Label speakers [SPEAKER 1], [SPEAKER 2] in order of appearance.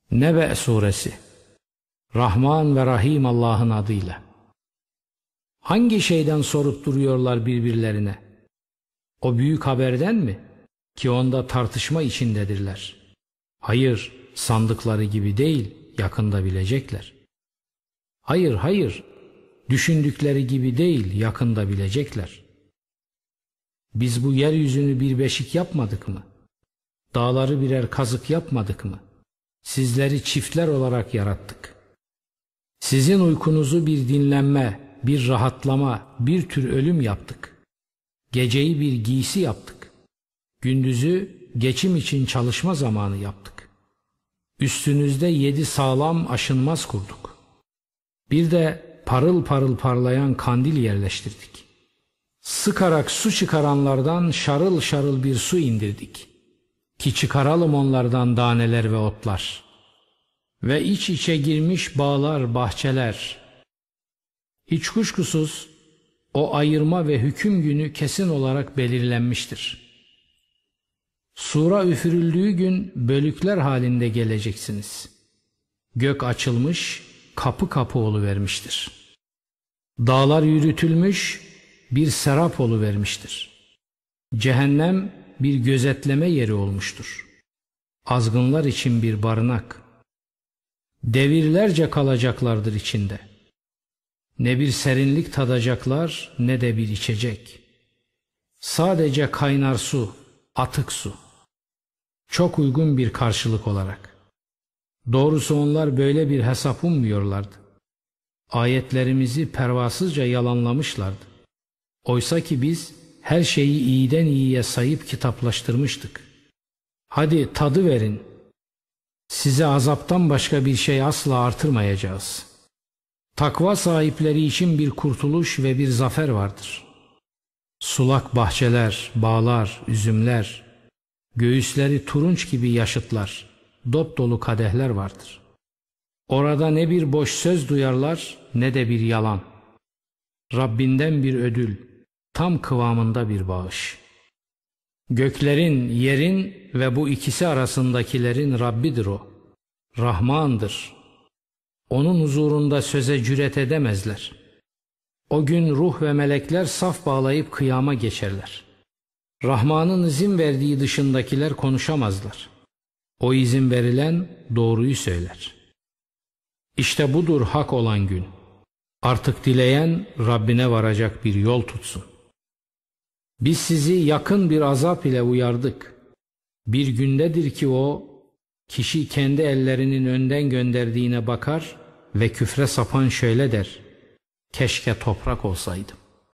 [SPEAKER 1] Nebe suresi. Rahman ve Rahim Allah'ın adıyla. Hangi şeyden sorup duruyorlar birbirlerine? O büyük haberden mi? Ki onda tartışma içindedirler. Hayır, sandıkları gibi değil, yakında bilecekler. Hayır, hayır, düşündükleri gibi değil, yakında bilecekler. Biz bu yeryüzünü bir beşik yapmadık mı? Dağları birer kazık yapmadık mı? Sizleri çiftler olarak yarattık. Sizin uykunuzu bir dinlenme, bir rahatlama, bir tür ölüm yaptık. Geceyi bir giysi yaptık. Gündüzü geçim için çalışma zamanı yaptık. Üstünüzde 7 sağlam aşınmaz kurduk. Bir de parıl parıl parlayan kandil yerleştirdik. Sıkarak su çıkaranlardan şarıl şarıl bir su indirdik. Ki çıkaralım onlardan daneler ve otlar. Ve iç içe girmiş bağlar, bahçeler. Hiç kuşkusuz o ayırma ve hüküm günü kesin olarak belirlenmiştir. Sura üfürüldüğü gün bölükler halinde geleceksiniz. Gök açılmış, kapı kapı oluvermiştir. Dağlar yürütülmüş, bir serap oluvermiştir. Cehennem bir gözetleme yeri olmuştur. Azgınlar için bir barınak. Devirlerce kalacaklardır içinde. Ne bir serinlik tadacaklar ne de bir içecek. Sadece kaynar su, atık su. Çok uygun bir karşılık olarak. Doğrusu onlar böyle bir hesap ummuyorlardı. Ayetlerimizi pervasızca yalanlamışlardı. Oysa ki biz her şeyi iyiden iyiye sayıp kitaplaştırmıştık. Hadi tadı verin. Size azaptan başka bir şey asla artırmayacağız. Takva sahipleri için bir kurtuluş ve bir zafer vardır. Sulak bahçeler, bağlar, üzümler, göğüsleri turunç gibi yaşıtlar, dop dolu kadehler vardır. Orada ne bir boş söz duyarlar ne de bir yalan. Rabbinden bir ödül, tam kıvamında bir bağış. Göklerin, yerin ve bu ikisi arasındakilerin Rabbidir o. Rahmandır. Onun huzurunda söze cüret edemezler. O gün ruh ve melekler saf bağlayıp kıyama geçerler. Rahman'ın izin verdiği dışındakiler konuşamazlar. O izin verilen doğruyu söyler. İşte budur hak olan gün. Artık dileyen Rabbine varacak bir yol tutsun. Biz sizi yakın bir azap ile uyardık. Bir gündedir ki o, kişi kendi ellerinin önden gönderdiğine bakar ve küfre sapan şöyle der: keşke toprak olsaydım.